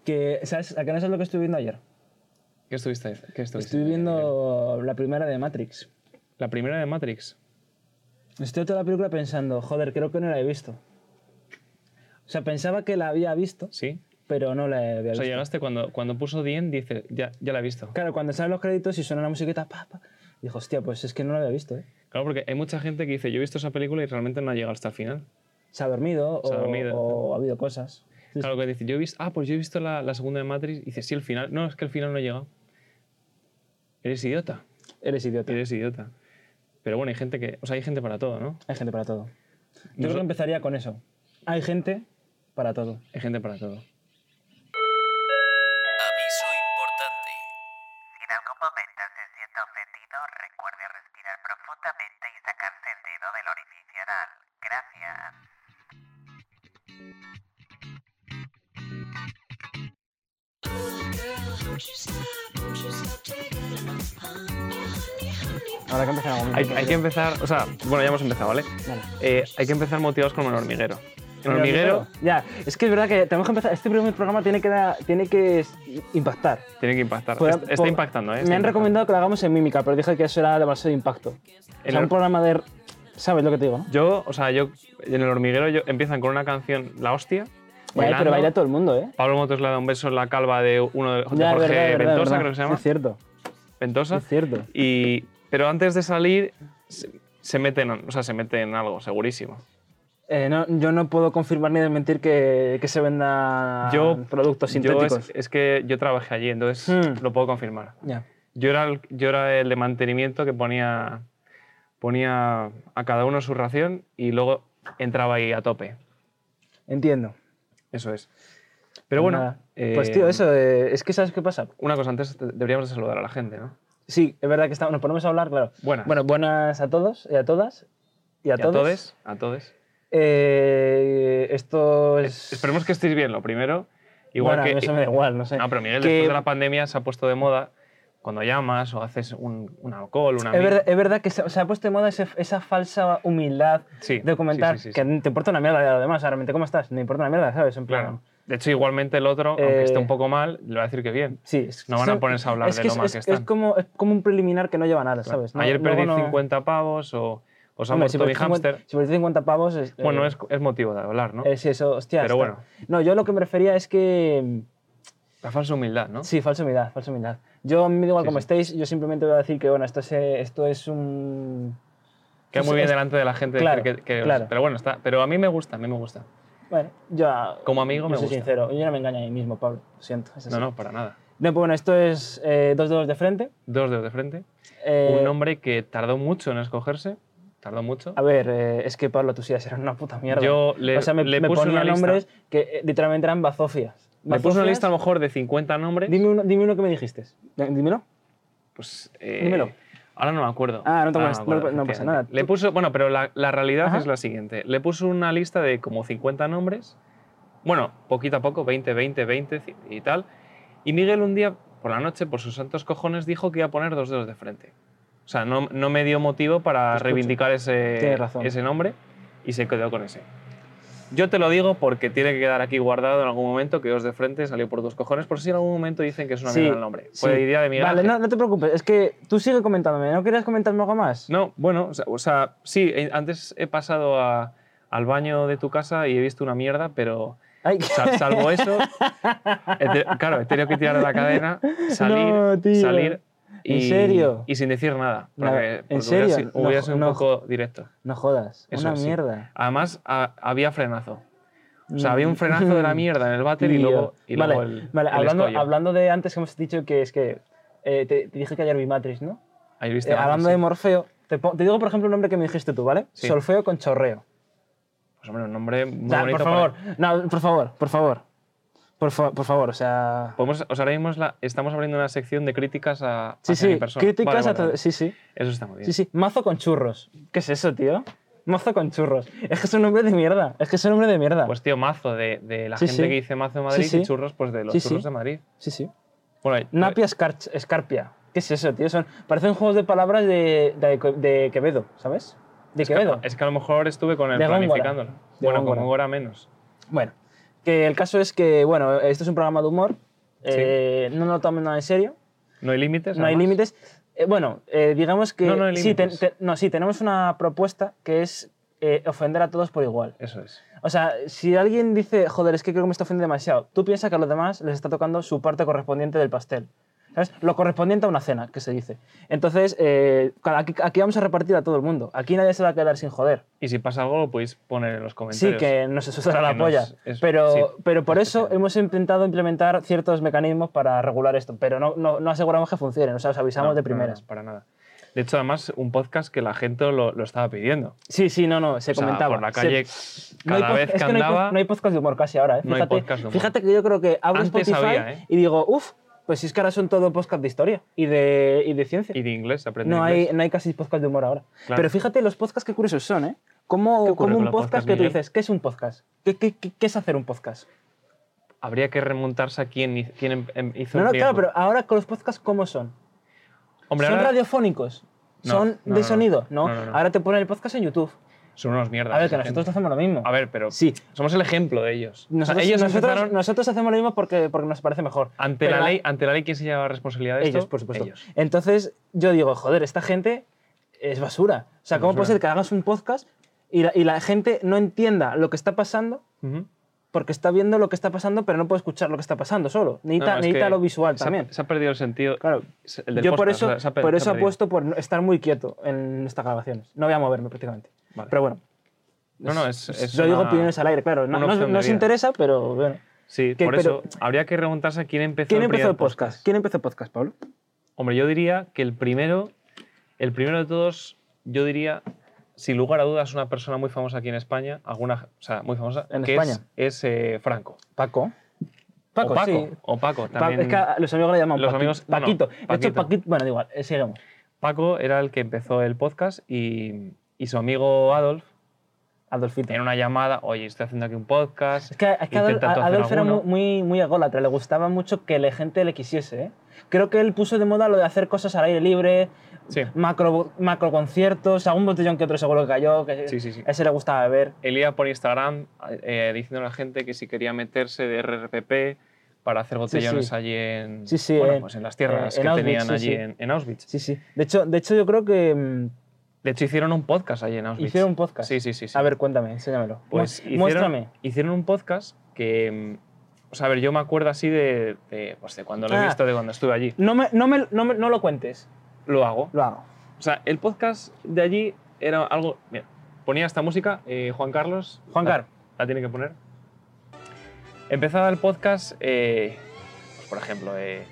¿Sabes? ¿A qué no sabes lo que estuve viendo ayer? ¿Qué estuviste? Estoy viendo la primera de Matrix. ¿La primera de Matrix? Estoy toda la película pensando, joder, creo que no la he visto. O sea, pensaba que la había visto, Sí. pero no la había visto. O sea, llegaste cuando puso The End, dice, ya la he visto. Claro, cuando salen los créditos y suena la musiquita, dijo, hostia, pues es que no la había visto, ¿eh? Claro, porque hay mucha gente que dice, yo he visto esa película y realmente no ha llegado hasta el final. Se ha dormido, o ha habido cosas. Sí, claro, que dice, yo he visto la segunda de Matrix y dice, sí, el final. No, es que el final no ha llegado. Eres idiota. Eres idiota. Eres idiota. Pero bueno, hay gente hay gente para todo, ¿no? Hay gente para todo. Yo creo que empezaría con eso. Hay gente para todo. Hay gente para todo. Aviso importante. Si en algún momento se siente ofendido, recuerde respirar profundamente y sacarse el dedo del orificio anal. Gracias. Ahora que empezar algo. Hay que empezar, o sea, bueno, ya hemos empezado, ¿vale? Vale. Hay que empezar motivados con el hormiguero. El hormiguero Ya, es que es verdad que tenemos que empezar. Este primer programa tiene que impactar. tiene que impactar. Pues, Está impactando, ¿eh? Me han recomendado que lo hagamos en mímica, pero dije que eso era demasiado impacto. O sea, un programa de... ¿Sabes lo que te digo, no? Yo en el hormiguero empiezan con una canción, La Hostia. Pero baila todo el mundo, ¿eh? Pablo Motos le da un beso en la calva de uno de Ya, Jorge verdad, Ventosa, creo que se llama. Es cierto. Ventosa. Es cierto. Pero antes de salir se meten en algo, segurísimo. Yo no puedo confirmar ni desmentir que se vendan productos sintéticos. Es que yo trabajé allí, entonces lo puedo confirmar. Ya. Yo era el de mantenimiento que ponía a cada uno su ración y luego entraba ahí a tope. Entiendo. Eso es. Pero bueno... Nada. Pues tío, eso, es que ¿sabes qué pasa? Una cosa, antes deberíamos de saludar a la gente, ¿no? Sí, es verdad que nos ponemos a hablar, claro. Buenas. Bueno, buenas a todos y a todas. Y a todos. A todos. Esto es... Esperemos que estéis bien, lo primero. Igual bueno, que... eso me da igual, no sé. No, pero Miguel, después de la pandemia se ha puesto de moda cuando llamas o haces un alcohol, una... Es verdad que se ha puesto de moda esa falsa humildad de comentar sí. que te importa una mierda de lo demás. Realmente, ¿cómo estás? Me importa una mierda, ¿sabes? En plan, Claro. De hecho, igualmente el otro, aunque esté un poco mal, le va a decir que bien. Sí, no van a ponerse a hablar de lo mal que están. Es como un preliminar que no lleva nada, ¿sabes? No, ayer perdí 50 pavos o se ha muerto mi hámster. Si perdí 50 pavos... bueno, es motivo de hablar, ¿no? Sí, eso, hostia. Pero bueno. No, yo lo que me refería es que... La falsa humildad, ¿no? Sí, falsa humildad, falsa humildad. Yo, a mí me da igual como estéis, yo simplemente voy a decir que, bueno, esto es un... Queda muy bien delante de la gente claro, decir que claro. Pero bueno, pero a mí me gusta, Bueno, yo... Como amigo me soy gusta. sincero, yo no me engaño a mí mismo, Pablo, lo siento. Es así. No, para nada. No, pues bueno, esto es Dos dedos de frente. Dos dedos de frente. Un nombre que tardó mucho en escogerse. Tardó mucho. A ver, es que Pablo, tus ideas eran una puta mierda. Yo o sea, me puse ponía una lista. nombres que literalmente eran bazofias. Le puse una lista a lo mejor de 50 nombres. Dime uno que me dijiste. Dímelo. Pues... Dímelo. Ahora no me acuerdo. Ah, no pasa nada. Le puse... Bueno, pero la realidad es la siguiente. Le puse una lista de como 50 nombres. Bueno, poquito a poco, 20 y tal. Y Miguel un día, por la noche, por sus santos cojones, dijo que iba a poner dos dedos de frente. O sea, no me dio motivo para reivindicar ese nombre y se quedó con ese. Yo te lo digo porque tiene que quedar aquí guardado en algún momento que Dos de Frente salió por tus cojones, por si en algún momento dicen que es una mierda el nombre. Fue idea de Miguel Vale, Ángel. no te preocupes, es que tú sigue comentándome, ¿no querías comentarme algo más? No, bueno, o sea, sí, antes he pasado al baño de tu casa y he visto una mierda, pero salvo eso, claro, he tenido que tirar de la cadena, salir y, ¿En serio? Y sin decir nada. Porque ¿En serio? Hubiera sido un poco directo. No jodas, Eso una sí. mierda. Además, había frenazo. O sea, había un frenazo de la mierda en el váter y luego el escollo. Hablando de antes que hemos dicho que es que te dije que ayer vi Matrix, ¿no? Ahí viste hablando de Morfeo, te digo por ejemplo un nombre que me dijiste tú, ¿vale? Sí. Solfeo con chorreo. Pues hombre, un nombre muy bonito. Por favor, por favor, o sea... Ahora mismo estamos abriendo una sección de críticas a Sí, mi persona. críticas vale. Sí. Eso está muy bien. Sí, mazo con churros. ¿Qué es eso, tío? Mazo con churros. Es que es un nombre de mierda. Pues tío, mazo de la gente que dice mazo de Madrid y churros pues de los churros de Madrid. Sí. Bueno, Napia Escarpia. ¿Qué es eso, tío? Parecen juegos de palabras de Quevedo, ¿sabes? De Quevedo. Es que a lo mejor estuve con el De Góngora. planificándolo. Bueno, con Góngora menos. Bueno, Que el caso es que, bueno, esto es un programa de humor. No lo tomen nada en serio. ¿No hay límites? No hay además? límites. Bueno, digamos que No hay sí, límites. sí, tenemos una propuesta que es ofender a todos por igual. Eso es. O sea, si alguien dice, joder, es que creo que me está ofendiendo demasiado, tú piensas que a los demás les está tocando su parte correspondiente del pastel. ¿Sabes? Lo correspondiente a una cena, que se dice. Entonces, aquí vamos a repartir a todo el mundo. Aquí nadie se va a quedar sin joder. Y si pasa algo, lo podéis poner en los comentarios. Sí, que nos asustará la Que nos- polla. es- Pero, sí, pero por eso especial. hemos intentado implementar ciertos mecanismos para regular esto. Pero no aseguramos que funcionen, o sea, os avisamos de primeras. No, para nada. De hecho, además, un podcast que la gente lo estaba pidiendo. Sí, se O sea, comentaba. por la calle, No hay cada vez que es que no hay andaba... no hay podcast de humor casi ahora, ¿eh? No hay podcast de humor. Fíjate que yo creo que abro Antes Spotify había, ¿eh? y digo, uff, pues si es que ahora son todo podcast de historia y de ciencia. Y de inglés, aprende No inglés. hay casi podcast de humor ahora. Claro. Pero fíjate los podcasts que curiosos son, ¿eh? ¿Qué Como ocurre con un los podcast podcasts, que tú Miguel? dices, ¿qué es un podcast? ¿Qué es hacer un podcast? Habría que remontarse a quién hizo No, el claro, primer- pero ahora con los podcasts, ¿cómo son? Hombre, ¿Son ahora radiofónicos? No, ¿Son no, de no, sonido? no. No. No, no. Ahora te ponen el podcast en YouTube. son unos mierdas. A ver, que esa nosotros gente. hacemos lo mismo. A ver, pero Sí. somos el ejemplo de ellos. O sea, Nosotros, ellos nosotros, empezaron nosotros hacemos lo mismo porque nos parece mejor. ante Pero la ley, ¿quién se lleva la responsabilidad de esto? Ellos, por supuesto. Ellos. Entonces, yo digo, joder, esta gente es basura. O sea, Es ¿cómo basura. puede ser que hagas un podcast y la gente no entienda lo que está pasando Ujú. porque está viendo lo que está pasando, pero no puede escuchar lo que está pasando solo? Necesita, No, es necesita que lo visual se ha- también. Se ha perdido el sentido. Claro. El del Yo por podcast, eso, o sea, se ha por eso perdido. apuesto por estar muy quieto en estas grabaciones. No voy a moverme prácticamente. Vale. Pero bueno. No, es Yo digo una- opiniones al aire, claro. No, una no- opción no de os vida. interesa, pero bueno. Sí, Que- por pero- eso habría que remontarse a quién empezó ¿Quién el empezó primer el podcast? ¿Quién empezó el podcast, Pablo? Hombre, yo diría que el primero de todos, yo diría, sin lugar a dudas, una persona muy famosa aquí en España, o sea, muy famosa, ¿En que España? es Franco. Paco. o Paco, sí. o Paco, Pa- también. es que a los amigos le llaman los Paqui- amigos- bueno, Paquito. De hecho, Paquito. Paquito. Bueno, da igual, sigamos. Paco era el que empezó el podcast y su amigo Adolf, Adolfito. en una llamada, oye, estoy haciendo aquí un podcast. Es que intenta tú hacer Adolf era alguno. muy ególatra, le gustaba mucho que la gente le quisiese. ¿Eh? Creo que él puso de moda lo de hacer cosas al aire libre, Sí. macro conciertos, algún botellón que otro seguro que cayó, que Sí. a ese le gustaba beber. Él iba por Instagram diciendo a la gente que si quería meterse de RRPP para hacer botellones sí. allí en, Sí, bueno, en- pues en las tierras en que Auschwitz, tenían sí, allí sí. en Auschwitz. Sí, sí. De hecho yo creo que De hecho, hicieron un podcast allí en Auschwitz. hicieron un podcast. Sí. A ver, cuéntame, enséñamelo. Pues Muéstrame. hicieron un podcast que... O sea, a ver, yo me acuerdo así de cuando lo he Ah. visto, de cuando estuve allí. No lo cuentes, Lo hago. lo hago. O sea, el podcast de allí era algo... Mira, ponía esta música, Juan Carlos. Juan Car. La tiene que poner. Empezaba el podcast, pues por ejemplo,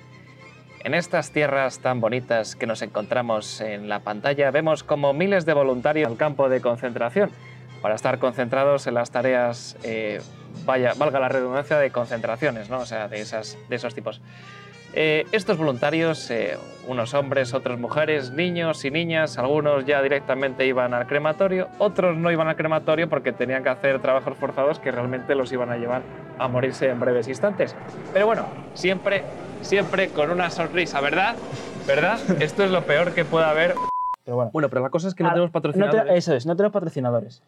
en estas tierras tan bonitas que nos encontramos en la pantalla, vemos como miles de voluntarios al campo de concentración para estar concentrados en las tareas, valga la redundancia, de concentraciones, ¿no? O sea, de esos tipos. Estos voluntarios, unos hombres, otras mujeres, niños y niñas, algunos ya directamente iban al crematorio, otros no iban al crematorio porque tenían que hacer trabajos forzados que realmente los iban a llevar a morirse en breves instantes. Pero bueno, siempre con una sonrisa, ¿verdad? ¿Verdad? Esto es lo peor que puede haber. Pero bueno. Bueno, pero la cosa es que no Ah, tenemos patrocinadores. Eso es, no tenemos patrocinadores.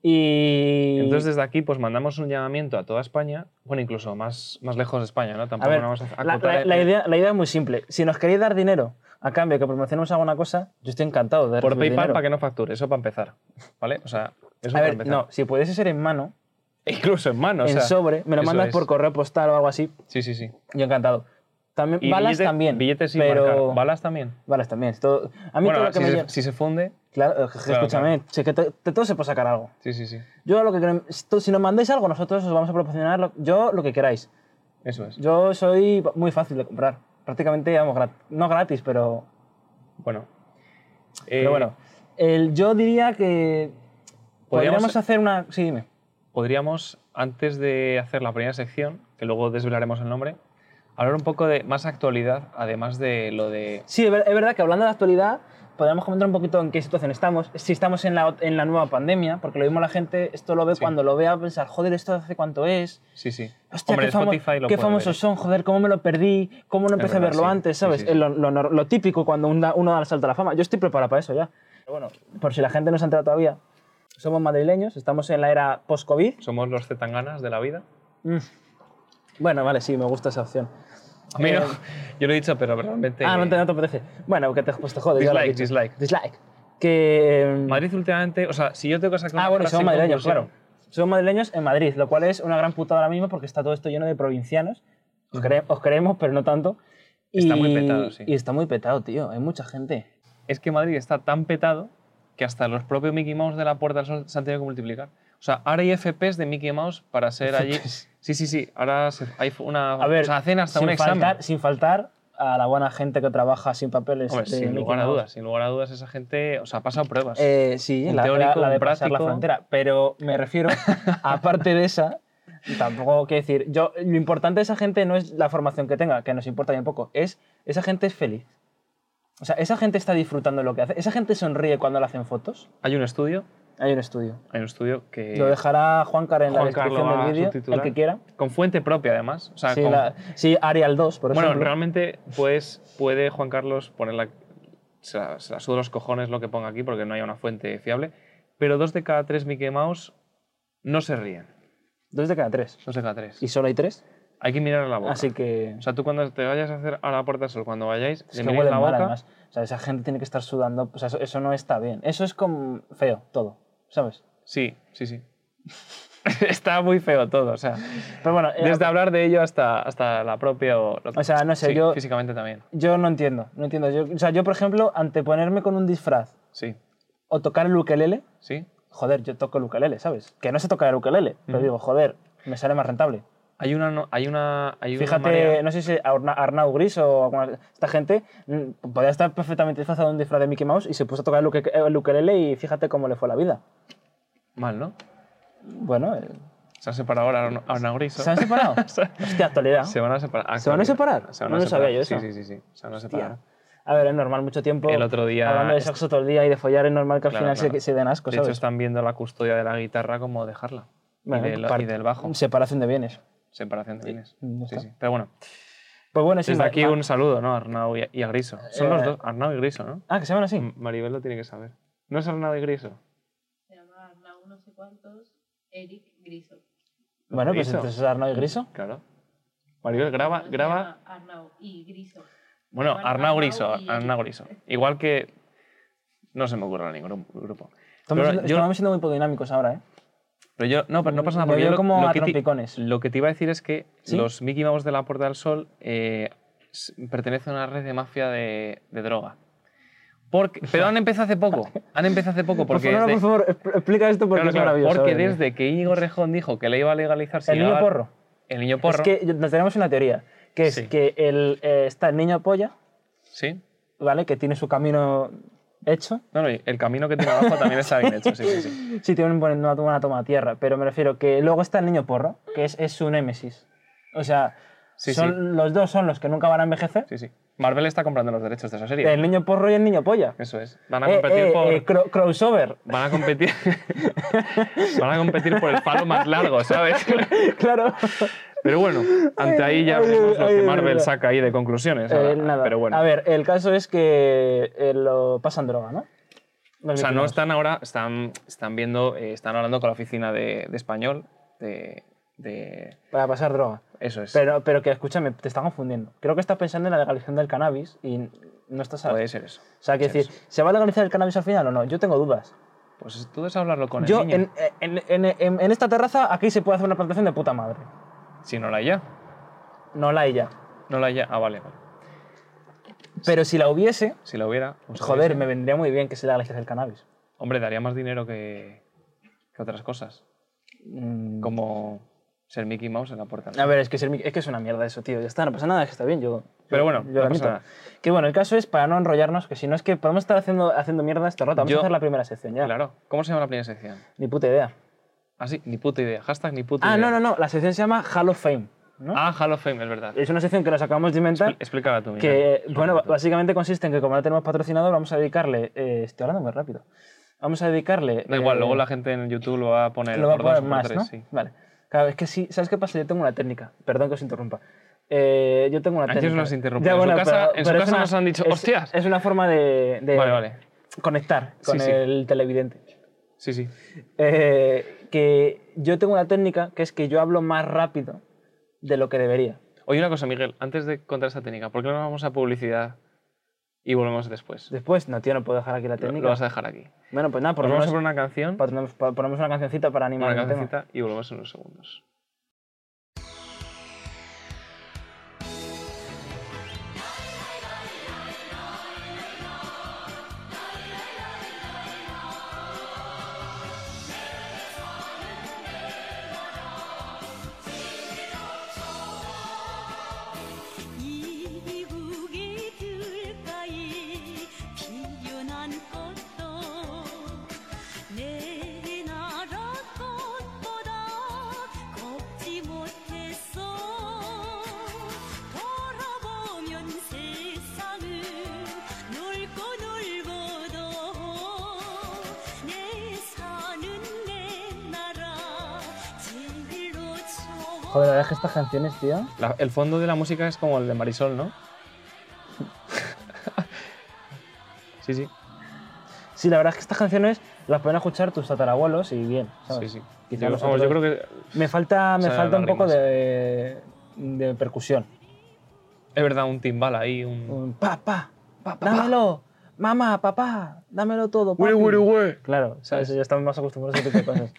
Y... Entonces, desde aquí, pues mandamos un llamamiento a toda España, bueno, incluso más lejos de España, ¿no? A Tampoco ver, nos vamos a la acotar idea es muy simple. Si nos queréis dar dinero a cambio de que promocionemos alguna cosa, yo estoy encantado de por recibir PayPal dinero. para que no facture, eso para empezar, ¿vale? O sea, eso A para ver, empezar. no, si pudiese ser en mano, Incluso en mano, o en sea, sobre, me lo eso mandas es. por correo postal o algo así, Sí. yo encantado. También, Y balas también. Billetes sin pero... marcar. ¿Balas también? Balas también. Todo... A mí todo Bueno, lo que me llega... si se funde... Claro, Claro, escúchame, sí, que de todo se puede sacar algo. Sí. Yo lo que si nos mandáis algo, nosotros os vamos a proporcionar lo que queráis. Eso es. Yo soy muy fácil de comprar. Prácticamente, vamos, no gratis, pero Bueno. Pero bueno, yo diría que podríamos hacer una... Sí, dime. Podríamos, antes de hacer la primera sección, que luego desvelaremos el nombre, hablar un poco de más actualidad, además de lo de... Sí, es verdad que hablando de actualidad, podríamos comentar un poquito en qué situación estamos. Si estamos en la nueva pandemia, porque lo mismo la gente esto lo ve Sí. cuando lo vea, pensar, joder, ¿esto hace cuánto es? Sí. Hostia, Hombre, qué, Spotify lo qué puede famosos ver. son, joder, cómo me lo perdí, cómo no empecé a verdad, verlo sí. antes, ¿sabes? Sí. Lo típico cuando uno da el salto a la fama. Yo estoy preparado para eso ya. Pero bueno, por si la gente no se ha enterado todavía, somos madrileños, estamos en la era post-COVID. Somos los zetanganas de la vida. Bueno, vale, sí, me gusta esa opción. A mí no, yo lo he dicho, pero realmente... No te apetece. Bueno, que pues te jodes. ya lo has Dislike, dicho. dislike. Dislike. Que... Madrid últimamente, o sea, si yo tengo que sacar una bueno, frase son en madrileños, conclusión, claro. Son madrileños en Madrid, lo cual es una gran putada ahora mismo porque está todo esto lleno de provincianos. Os queremos, pero no tanto. Está muy petado, sí. Y está muy petado, tío. Hay mucha gente. es que Madrid está tan petado que hasta los propios Mickey Mouse de la Puerta del Sol se han tenido que multiplicar. O sea, ahora hay FPs de Mickey Mouse para ser allí. Sí. Ahora hay una. A ver, o sea, hacen hasta un examen. Sin faltar a la buena gente que trabaja sin papeles. Hombre, de sin Mickey lugar a Mouse. dudas. Sin lugar a dudas, esa gente, o sea, ha pasado pruebas. Sí, Un la teórico, de un pasar la práctico. frontera. Pero me refiero, aparte de esa, tampoco quiero decir, lo importante de esa gente no es la formación que tenga, que nos importa bien poco, es esa gente es feliz. O sea, esa gente está disfrutando de lo que hace. Esa gente sonríe cuando le hacen fotos. Hay un estudio Hay un estudio. que. Lo dejará Juancar en la Juancar descripción lo va del a vídeo, subtitular. el que quiera. Con fuente propia, además. O sea, Sí, con- sí, Arial 2, por Bueno, ejemplo. realmente puede Juan Carlos ponerla. Se la suda los cojones lo que ponga aquí porque no hay una fuente fiable. Pero 2 de cada 3 Mickey Mouse no se ríen. 2 de cada 3. 2 de cada 3. ¿Y solo hay 3? Hay que mirar a la boca. Así que... O sea, tú cuando te vayas a hacer a la Puerta del Sol, cuando vayáis, Es le que miréis huele la mal, boca. además. O sea, esa gente tiene que estar sudando. O sea, eso no está bien. Eso es como feo, todo. ¿Sabes? Sí. Está muy feo todo, o sea. Pero bueno... Desde hablar de ello hasta la propia... O sea, no sé, sí, yo... físicamente también. Yo no entiendo. Yo, por ejemplo, anteponerme con un disfraz Sí. o tocar el ukelele, Sí. joder, yo toco el ukelele, ¿sabes? Que no sé tocar el ukelele, pero digo, joder, me sale más rentable. Hay una Fíjate, marea- no sé si Arnau Gris o esta gente podía estar perfectamente disfrazado de un disfraz de Mickey Mouse y se puso a tocar el ukelele y fíjate cómo le fue la vida. Mal, ¿no? Bueno, Se han separado ahora Arnau Gris. ¿se han separado? Hostia, actualidad. Se van a separar. ¿Se van a separar? Se van No a lo separar. sabía yo eso. Sí. Se van a Hostia. separar. A ver, es normal, mucho tiempo El otro día- hablando de sexo todo el día y de follar, es normal que al Claro, final claro. se den asco, De hecho, ¿sabes? están viendo la custodia de la guitarra como dejarla. Bueno, y del bajo. Separación de bienes. Separación de bienes. ya Sí, está. sí. Pero bueno, Pues bueno, sí. desde aquí un saludo, ¿no? A Arnau y a Griso. Son los dos, Arnau y Griso, ¿no? Ah, que se llaman así. Maribel lo tiene que saber. ¿No es Arnau y Griso? Se llama Arnau no sé cuántos, Eric Griso. Bueno, pues Griso. entonces Arnau y Griso. Claro. Maribel Se graba. llama Arnau y Griso. Bueno, Bueno, Arnau Griso, Arnau y Arnau Griso. Igual que no se me ocurre ningún grupo. Estamos siendo muy poco dinámicos ahora, ¿eh? Pero no pasa nada. Me Porque veo yo como a que trompicones. lo que te iba a decir es que ¿Sí? los Mickey Mouse de la Puerta del Sol pertenecen a una red de mafia de droga. Pero han empezado hace poco. Porque Por favor, explica esto porque Claro, es claro, maravilloso. porque a ver. desde que Íñigo Rejón dijo que le iba a legalizar El niño cigarro- porro. El niño porro. Es que nos tenemos una teoría, que es Sí. que está el niño polla, Sí. ¿vale? Que tiene su camino hecho. No, y el camino que tiene abajo también está bien hecho. Sí. Sí, tiene una buena toma de tierra, pero me refiero que luego está el niño porro, que es su némesis. O sea, Sí. los dos son los que nunca van a envejecer. Sí. Marvel está comprando los derechos de esa serie. El niño porro y el niño polla. Eso es. Van a competir Crossover. Van a competir. Van a competir por el palo más largo, ¿sabes? Claro. Pero bueno, ante ahí ya veremos lo que Marvel mira. saca ahí de conclusiones. ahora. Nada. Pero bueno. A ver, el caso es que lo pasan droga, ¿no? O sea, no están ahora, están viendo, están hablando con la oficina de español de... Para pasar droga. Eso es. Pero que, escúchame, te estás confundiendo. Creo que estás pensando en la legalización del cannabis y no estás... Puede ser eso. O sea, que decir, ¿se va a legalizar el cannabis al final o no? Yo tengo dudas. Pues tú debes hablarlo con el Yo, niño. en esta terraza, aquí se puede hacer una plantación de puta madre. Si no la hay ya. No la hay ya. No la hay ya. Ah, vale. Pero si la hubiese, Si la hubiera... pues joder, hubiese. me vendría muy bien que se legalizase el cannabis. Hombre, daría más dinero que otras cosas. Como ser Mickey Mouse en la puerta. A ver, es que es una mierda eso, tío. Ya está, no pasa nada, es que está bien. Pero bueno, yo no lo pasa admito. nada. Que bueno, el caso es, para no enrollarnos, que si no es que podemos estar haciendo mierda este rato. Vamos a hacer la primera sección ya. Claro. ¿Cómo se llama la primera sección? Ni puta idea. Ah, sí, ni puta idea. Hashtag ni puta Ah, idea. no. La sección se llama Hall of Fame, ¿no? Ah, Hall of Fame, es verdad. Es una sección que nos acabamos de inventar. Explícala tú, Miguel. Que, bueno, básicamente consiste en que como no tenemos patrocinador, vamos a dedicarle... estoy hablando muy rápido. Vamos a dedicarle... Da igual, luego la gente en YouTube lo va a poner lo va a por dos poner o por más, tres, ¿no? sí. Vale. Claro, es que sí, ¿sabes qué pasa? Yo tengo una técnica. Perdón que os interrumpa. Yo tengo una Aquí técnica. nos interrumpen. Ya, En su bueno, casa- en su pero es casa nos han dicho, "Hostias". Es una forma de Vale. conectar con Sí. el televidente. Sí. Que yo tengo una técnica que es que yo hablo más rápido de lo que debería. Oye, una cosa, Miguel, antes de contar esta técnica, ¿por qué no vamos a publicidad y volvemos después? Después, no, tío, no puedo dejar aquí la Lo técnica. vas a dejar aquí. Bueno, pues nada, Nos vamos a poner ponemos una canción, una cancioncita para animar una el tema. cancioncita y volvemos en unos segundos. 이북의 들가에 피어난 꽃도 내 나라 꽃보다 곱지 못했어 돌아보면 세상은 넓고 넓어도 내 사는 내 나라 제일로 좋아. Joder, la verdad es que estas canciones, tío... El fondo de la música es como el de Marisol, ¿no? Sí, sí. Sí, la verdad es que estas canciones las pueden escuchar tus tatarabuelos y bien, ¿sabes? Sí, sí. Quizá Vamos, nosotros- yo creo que Me falta Saben un las poco rimas. de percusión. es verdad, un timbal ahí, un... Un pa, dámelo, mamá, papá, dámelo todo, papi. Claro, ¿sabes? Ya estamos más acostumbrados a ese tipo de cosas.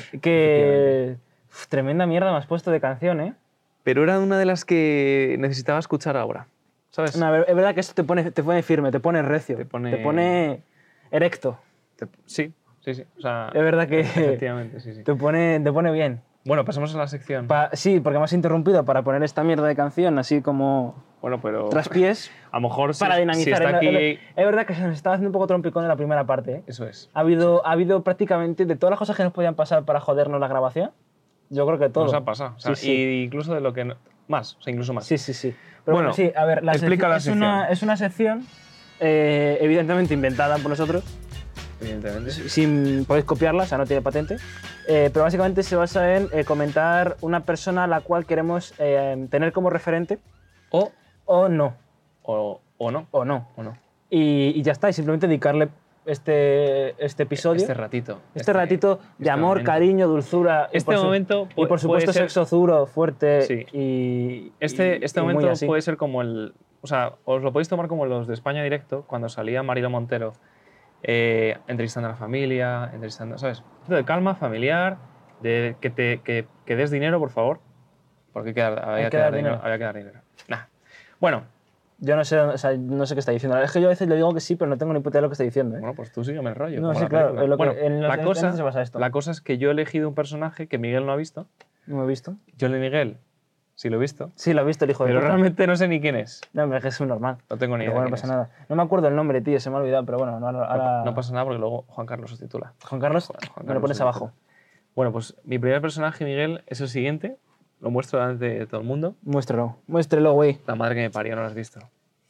Que... tremenda mierda me has puesto de canción, ¿eh? Pero era una de las que necesitaba escuchar ahora, ¿sabes? No, es verdad que esto te pone firme, te pone recio, Te pone- erecto. Sí, sí, sí. O sea, Es verdad que efectivamente, sí, sí. te pone bien. Bueno, pasamos a la sección. Sí, porque me has interrumpido para poner esta mierda de canción así como Bueno, pero traspiés a lo mejor para si dinamizar. está aquí... Es verdad que se nos estaba haciendo un poco trompicón en la primera parte, ¿eh? Eso es. Ha habido prácticamente de todas las cosas que nos podían pasar para jodernos la grabación. Yo creo que todo. Nos ha pasado. O sea, Sí, sí. Y incluso de lo que... Más, o sea, incluso más. Sí, sí, sí. Pero Bueno, sí, a ver, explica la es una sección evidentemente inventada por nosotros. Evidentemente. Podéis copiarla, o sea, no tiene patente. Pero básicamente se basa en comentar una persona a la cual queremos tener como referente O no. no. O no. O no. Y ya está, y simplemente dedicarle este episodio, Este ratito. este ratito de este amor, momento. cariño, dulzura. Este momento y por puede supuesto ser- sexo duro, fuerte Sí. y. Este y muy momento así. puede ser como el... O sea, os lo podéis tomar como los de España Directo, cuando salía Marilo Montero entrevistando a la familia, entrevistando, ¿sabes? De calma, familiar, de que des dinero, por favor. Porque había que dar dinero. Había que dar dinero. Nah. Bueno, Yo no sé, o sea, no sé qué está diciendo. Es que yo a veces le digo que sí, pero no tengo ni puta idea de lo que está diciendo, ¿eh? bueno, pues tú sígueme el rollo. No, como sí, la claro, película. es lo que- Bueno, en los la diferentes cosa, se basa esto. la cosa es que yo he elegido un personaje que Miguel no ha visto. No me he visto. Yo, Miguel, sí lo he visto. Sí, lo he visto el hijo de Pero puta. realmente no sé ni quién es. No, hombre, es que es un normal. No tengo ni Pero idea. bueno, no quién pasa es. nada. No me acuerdo el nombre, tío, se me ha olvidado, pero bueno, ahora... No pasa nada porque luego Juan Carlos os titula. Juan Carlos, Juan me lo Carlos pones se abajo. Bueno, pues mi primer personaje, Miguel, es el siguiente. Lo muestro delante de todo el mundo. Muéstrelo, güey. La madre que me parió, no lo has visto.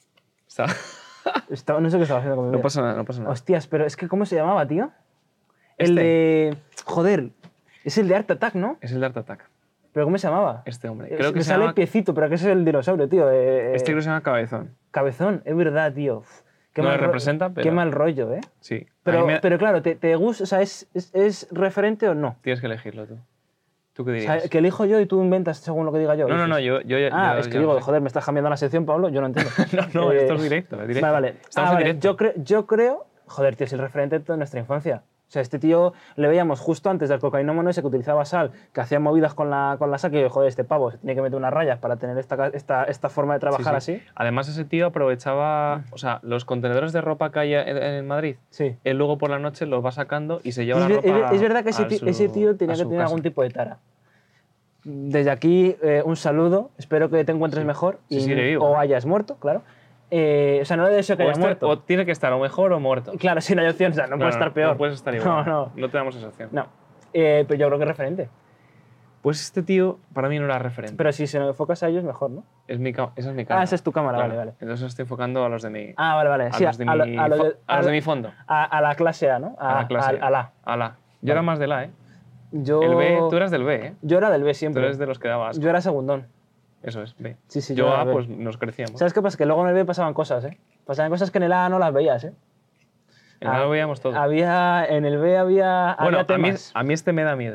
No sé qué estaba haciendo con mi No vida. pasa nada, no pasa nada. Hostias, pero es que ¿cómo se llamaba, tío? El Este. de... Joder, es el de Art Attack, ¿no? Es el de Art Attack. ¿Pero cómo se llamaba? Este hombre. Creo que me se sale llama... piecito, pero que ese es el dinosaurio, tío. Este creo que se llama Cabezón. Cabezón, es verdad, tío. Uf, qué No mal le representa, pero- Qué mal rollo, ¿eh? Sí. A Pero, mí me- pero claro, ¿te gusta? O sea, ¿es referente o no? Tienes que elegirlo tú. ¿Tú qué O dirías? sea, que elijo yo y tú inventas según lo que diga yo. No, dices. yo... Es que digo, joder, me estás cambiando la sección, Pablo, yo no entiendo. No, esto es directo, es directo. Vale. Estamos en Vale. directo. Yo creo, joder, tío, es el referente de toda nuestra infancia. O sea, este tío le veíamos justo antes del cocainómano ese que utilizaba sal, que hacía movidas con la sal, que joder, este pavo se tiene que meter unas rayas para tener esta forma de trabajar Sí, sí. así. Además, ese tío aprovechaba... O sea, los contenedores de ropa que hay en Madrid, Sí. él luego por la noche los va sacando y se lleva Y la es, ropa es verdad que a ese tío tenía a que su tener casa. algún tipo de tara. Desde aquí, un saludo. Espero que te encuentres mejor Sí, sigue vivo. o hayas muerto, claro. O sea, no le deseo que haya muerto. O tiene que estar o mejor o muerto. Claro, sí, no hay opción. O sea, no puede estar peor. No puedes estar igual. No. te damos esa opción. No. Pero yo creo que es referente. Pues este tío para mí no era referente. Pero si se nos enfocas a ellos, mejor, ¿no? Esa es mi cámara. Ah, esa es tu cámara, Claro. vale, vale. Entonces estoy enfocando a los de mi... Ah, vale, vale. a Sí, los de a mi, lo de- a los de mi fondo. a la clase A, ¿no? A la clase. A la. A la. Yo era más del A, ¿eh? Yo, El B, tú eras del B, ¿eh? Yo era del B Tú siempre. eres de los que dabas. Yo era segundón. Eso es, B. Sí, sí, yo era A, B. pues nos crecíamos. ¿Sabes qué pasa? Que luego en el B pasaban cosas, ¿eh? Pasaban cosas que en el A no las veías, ¿eh? En A lo veíamos todo. En el B había Bueno, temas. a mí este me da miedo.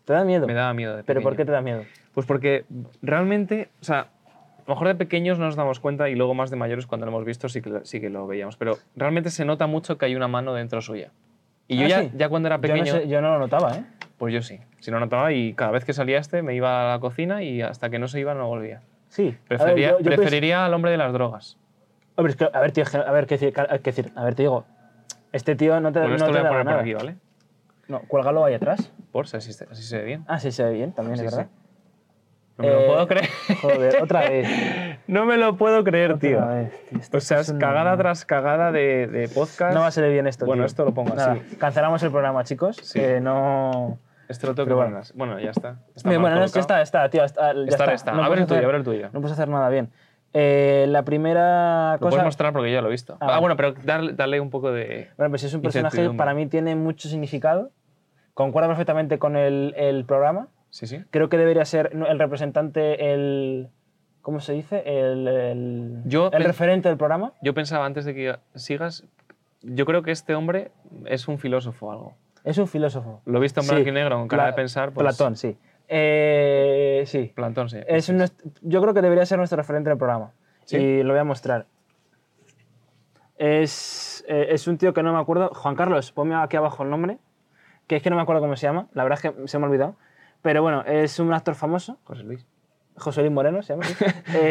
¿Te da miedo? Me daba miedo de ¿Pero pequeño. por qué te da miedo? Pues porque realmente, o sea, a lo mejor de pequeños no nos damos cuenta y luego más de mayores cuando lo hemos visto sí que lo veíamos. Pero realmente se nota mucho que hay una mano dentro suya. Y yo ¿Ah, sí? ya cuando era pequeño, Yo no lo notaba, ¿eh? pues yo sí. Si lo notaba y cada vez que salía me iba a la cocina y hasta que no se iba no volvía. Sí. A ver, yo Preferiría al hombre de las drogas. Hombre, es que, a ver, tío, a ver, qué decir. A ver, te digo, este tío no te, Bueno, no esto te lo voy a da poner por nada. aquí, ¿vale? No, cuélgalo ahí atrás. Por si así se ve bien. Ah, sí, se ve bien, también, Sí, es verdad. No me lo puedo creer. Joder, otra vez. No me lo puedo creer, tío. Otra vez, tío. Esto O sea, es una- cagada tras cagada de podcast. No va a salir bien esto, Bueno, tío. esto lo pongo Nada, así. cancelamos el programa, chicos. Sí. No... Esto lo tengo que Pero poner bueno. así. Bueno, ya está. Bien, mal bueno, ya colocado. está, tío. Ya Está. No A ver puedes el tuyo, hacer- a ver el tuyo. No puedes hacer nada bien. La primera Lo cosa... puedes mostrar porque yo ya lo he visto. Ah, vale. Bueno, pero darle un poco de... Bueno, pues es un personaje que incertidumbre. para mí tiene mucho significado. Concuerda perfectamente con el programa. Sí, sí. Creo que debería ser el representante, ¿cómo se dice? El Yo referente del programa. Yo pensaba antes de que sigas, yo creo que este hombre es un filósofo o algo. Es un filósofo. Lo he visto en Sí. blanco y negro, con cara Pla- de pensar. Pues, Platón, sí. Sí. Platón, sí. Yo creo que debería ser nuestro referente del programa. ¿Sí? Y lo voy a mostrar. Es un tío que no me acuerdo. Juan Carlos, ponme aquí abajo el nombre. Que es que no me acuerdo cómo se llama. La verdad es que se me ha olvidado. Pero bueno, es un actor famoso. José Luis. José Luis Moreno se llama. ¿Sí?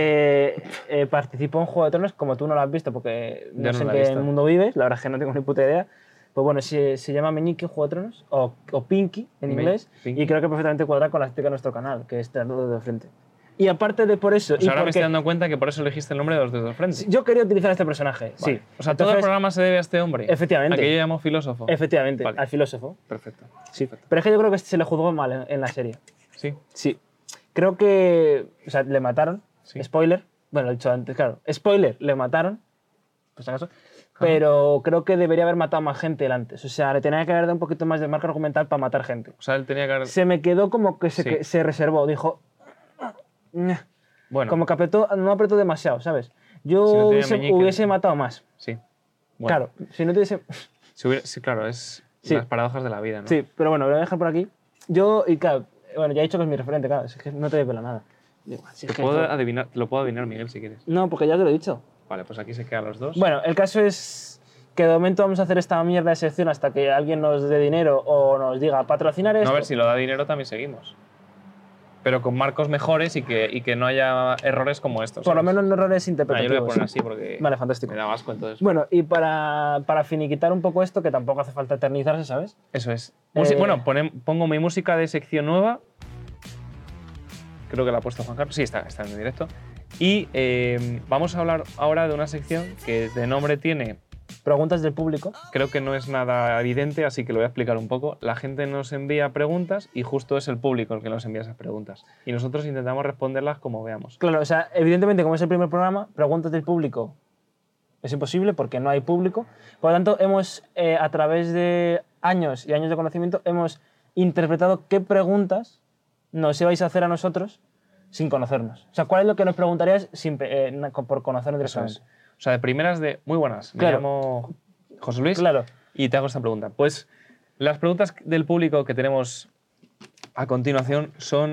Participó en Juego de Tronos, como tú no lo has visto porque Ya no no sé en lo he qué visto. mundo vives, la verdad es que no tengo ni puta idea. Pues bueno, se llama Meñique en Juego de Tronos, o Pinky en inglés, Pinky. y creo que perfectamente cuadra con la estética de nuestro canal, que es Tener de frente. Y aparte de por eso, Pues y ahora me porque estoy dando cuenta que por eso elegiste el nombre de los dedos del frente. yo quería utilizar este personaje, Vale. sí. O sea, todo el Entonces, programa se debe a este hombre. Efectivamente. A que yo llamo filósofo. Efectivamente, Vale. al filósofo. Perfecto. Sí. Pero es que yo creo que se le juzgó mal en la serie. Sí. Sí. Creo que. O sea, le mataron. Sí. Spoiler. Bueno, lo he dicho antes, claro. Spoiler, le mataron. Por si acaso. Pero creo que debería haber matado más gente él antes. O sea, le tenía que haber dado un poquito más de marca argumental para matar gente. O sea, él tenía que haber... Se me quedó como que Sí. que se reservó. Dijo. "Ña". Bueno, Como que no apretó demasiado, ¿sabes? Yo Si no tenía meñique. hubiese matado más. sí. Bueno, Claro, si no tuviese. sí, claro, es Sí. las paradojas de la vida, ¿no? Sí, pero bueno, lo voy a dejar por aquí. Yo, y claro, bueno, ya he dicho que es mi referente, claro. Es que no te pela nada. Digo, si es que Lo puedo adivinar, Miguel, si quieres. No, porque ya te lo he dicho. Vale, pues aquí se quedan los dos. Bueno, el caso es que de momento vamos a hacer esta mierda de sección hasta que alguien nos dé dinero o nos diga patrocinar esto. No, a ver, si lo da dinero también seguimos. Pero con marcos mejores y que no haya errores como estos. Por lo ¿sabes? menos no errores Ah, yo lo voy a interpretativos. poner así porque Vale, fantástico. me da asco entonces. Bueno, y para finiquitar un poco esto, que tampoco hace falta eternizarse, ¿sabes? Eso es. Eh, Bueno, pongo mi música de sección nueva. Creo que la ha puesto Juan Carlos. Sí, está en directo. Y vamos a hablar ahora de una sección que de nombre tiene... Preguntas del público. Creo que no es nada evidente, así que lo voy a explicar un poco. La gente nos envía preguntas y justo es el público el que nos envía esas preguntas. Y nosotros intentamos responderlas como veamos. Claro, o sea, evidentemente, como es el primer programa, preguntas del público es imposible porque no hay público. Por lo tanto, hemos, a través de años y años de conocimiento, hemos interpretado qué preguntas nos ibais a hacer a nosotros sin conocernos. O sea, ¿cuál es lo que nos preguntarías por conocernos Eso directamente? es. O sea, de primeras de... Muy buenas. Me Claro. llamo José Luis Claro. y te hago esta pregunta. Pues las preguntas del público que tenemos a continuación son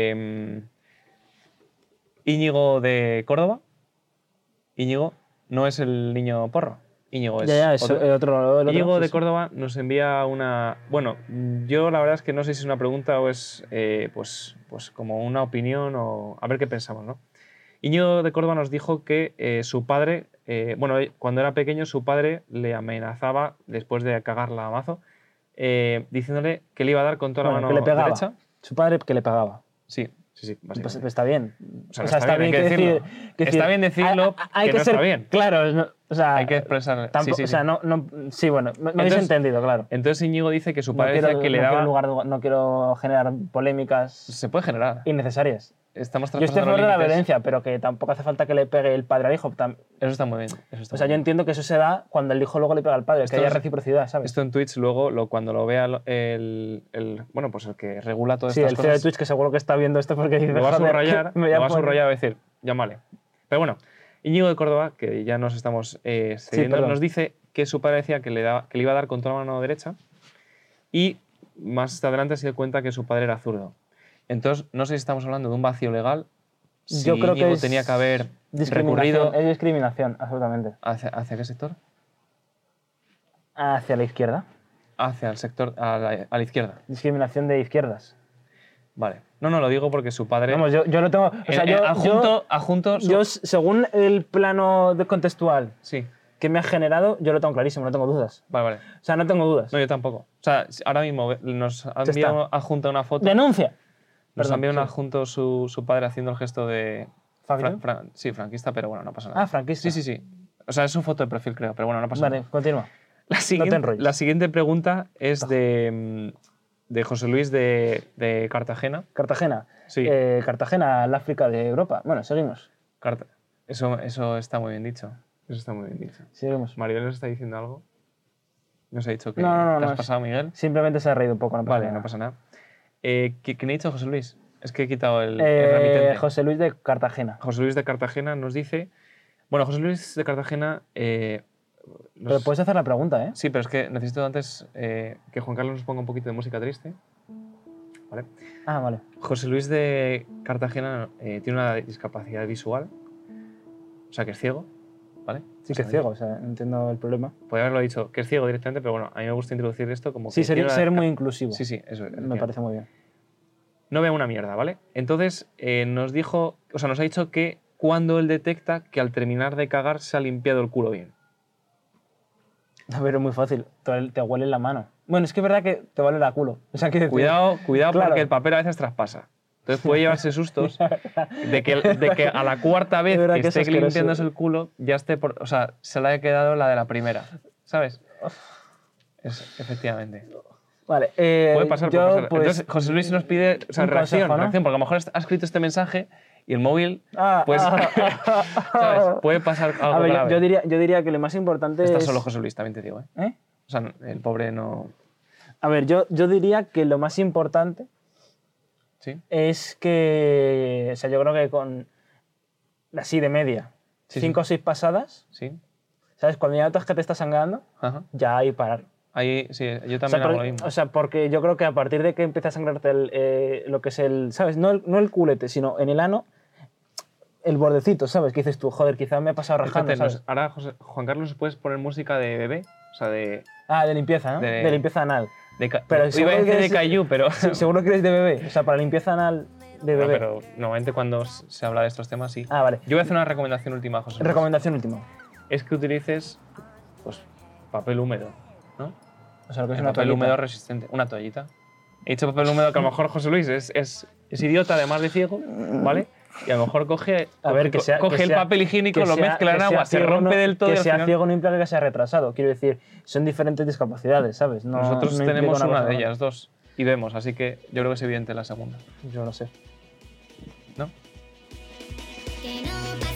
Íñigo de Córdoba. Íñigo no es el niño porro. Íñigo es Ya, es otro. el otro. Íñigo sí, de sí. Córdoba nos envía una... Bueno, yo la verdad es que no sé si es una pregunta o es pues como una opinión o... A ver qué pensamos, ¿no? Íñigo de Córdoba nos dijo que su padre... cuando era pequeño su padre le amenazaba, después de cagarla a mazo, diciéndole que le iba a dar con toda Bueno, la que mano le pegaba. derecha. Su padre que le pegaba. Sí, Pues básicamente. está bien. O sea, no está bien, hay que decirlo. Está bien decirlo, hay que no ser está bien. Claro, no, o sea, Hay que expresar... tampoco, sí. o sea, sí, bueno, me habéis Entonces- entendido, claro. Entonces Íñigo dice que su No padre quiero, decía que le no quiero daba... no quiero generar polémicas Se puede generar. innecesarias. Estamos Yo estoy a traspasando favor de la límites. violencia, pero que tampoco hace falta que le pegue el padre al hijo. Eso está muy bien. Eso está O sea, muy yo bien. entiendo que eso se da cuando el hijo luego le pega al padre, Esto que haya es- reciprocidad, ¿sabes? Esto en Twitch luego, cuando lo vea el que regula todas Sí, estas el CEO de cosas, Twitch que seguro que está viendo esto porque dice, lo va a "Joder, subrayar, me voy lo va a poner". subrayar y va a decir, llámale. Pero bueno, Íñigo de Córdoba, que ya nos estamos cediendo, perdón. nos dice que su padre decía que le iba a dar con toda la mano derecha y más adelante se dio cuenta que su padre era zurdo. Entonces, no sé si estamos hablando de un vacío legal. Si Yo creo que Íñigo es tenía que haber discriminación. recurrido Es discriminación, absolutamente. ¿hacia qué sector? Hacia la izquierda. Hacia el sector, a la izquierda. Discriminación de izquierdas. Vale. No, lo digo porque su padre... Vamos, yo lo tengo... O sea, adjunto yo, según el plano contextual Sí, que me ha generado, yo lo tengo clarísimo, no tengo dudas. vale. O sea, no tengo dudas. No, yo tampoco. O sea, ahora mismo nos ha enviado adjunta una foto. ¡Denuncia! Nos Perdón, ha enviado un sí. adjunto su padre haciendo el gesto de... ¿Fagio? Sí, franquista, pero bueno, no pasa nada. Ah, franquista. Sí. O sea, es su foto de perfil, creo, pero bueno, no pasa Vale, nada. continúa. La te enrolles. la siguiente pregunta es de José Luis de Cartagena. Cartagena. Sí. Cartagena, el África de Europa. Bueno, seguimos. Eso está muy bien dicho. Eso está muy bien dicho. Seguimos. Maribel nos está diciendo algo. Nos ha dicho que No, te has no, pasado, Miguel. Simplemente se ha reído un poco, no pasa Vale, nada. no pasa nada. ¿Quién ha dicho José Luis? Es que he quitado el remitente. José Luis de Cartagena. José Luis de Cartagena nos dice... Bueno, José Luis de Cartagena... Pero puedes hacer la pregunta, ¿eh? Sí, pero es que necesito antes que Juan Carlos nos ponga un poquito de música triste. ¿Vale? Ah, vale. José Luis de Cartagena tiene una discapacidad visual, o sea que es ciego, ¿vale? Sí que es ciego, o sea, entiendo el problema. Podría haberlo dicho que es ciego directamente, pero bueno, a mí me gusta introducir esto como Sí, que tiene ser una- muy inclusivo. Sí, eso. Me parece muy bien. No ve una mierda, ¿vale? Entonces nos ha dicho que cuando él detecta que al terminar de cagar se ha limpiado el culo bien. A ver, es muy fácil. Te huele la mano. Bueno, es que es verdad que te huele la culo. O sea, que Cuidado Claro. porque el papel a veces traspasa. Entonces puede llevarse sustos de que a la cuarta vez Es verdad que que es esté asqueroso. limpiándose el culo ya esté o sea, se le haya quedado la de la primera, ¿sabes? Efectivamente. Vale. Puede pasar, yo, puede pasar. pues, Entonces, José Luis nos pide un reacción, consejo, ¿no? porque a lo mejor ha escrito este mensaje y el móvil, pues, ¿sabes? ¿sabes? Puede pasar algo A ver, grave. yo diría que lo más importante Está es... solo José Luis, también te digo, ¿eh? ¿Eh? O sea, el pobre no... A ver, yo diría que lo más importante ¿Sí? es que... O sea, yo creo que con... Así de media. Sí, 5 o 6 pasadas, ¿Sí? ¿sabes? Cuando ya notas que te está sangrando, Ajá. ya hay parar. Ahí, sí, yo O sea, también hago lo porque, mismo. o sea, porque yo creo que a partir de que empieza a sangrarte lo que es el... ¿Sabes? No el culete, sino en el ano, el bordecito, ¿sabes? Que dices tú, joder, quizás me he pasado rajando, Espérate, ¿sabes? ahora, Juan Carlos, ¿puedes poner música de bebé? O sea, de limpieza, ¿no? de- De limpieza anal. pero Pero iba seguro a decir que de es- Caillou, pero... Sí, seguro que eres de bebé. O sea, para limpieza anal de No, bebé. pero normalmente cuando se habla de estos temas, sí. Ah, vale. Yo voy a hacer una recomendación última, José Luis. Recomendación última. Es que utilices pues, papel húmedo, ¿no? O sea, lo que es El una papel toallita. húmedo resistente. Una toallita. He dicho papel húmedo que a lo mejor José Luis es idiota, además de ciego, ¿vale? Y a lo mejor coge el papel higiénico, que lo sea- mezcla en que agua, sea se ciego rompe no- del todo y Que al sea final- ciego no implica que sea retrasado. Quiero decir, son diferentes discapacidades, ¿sabes? No, Nosotros no implica tenemos una cosa de u otra. ellas, dos, y vemos, así que yo creo que es evidente la segunda. Yo lo sé. ¿No? que no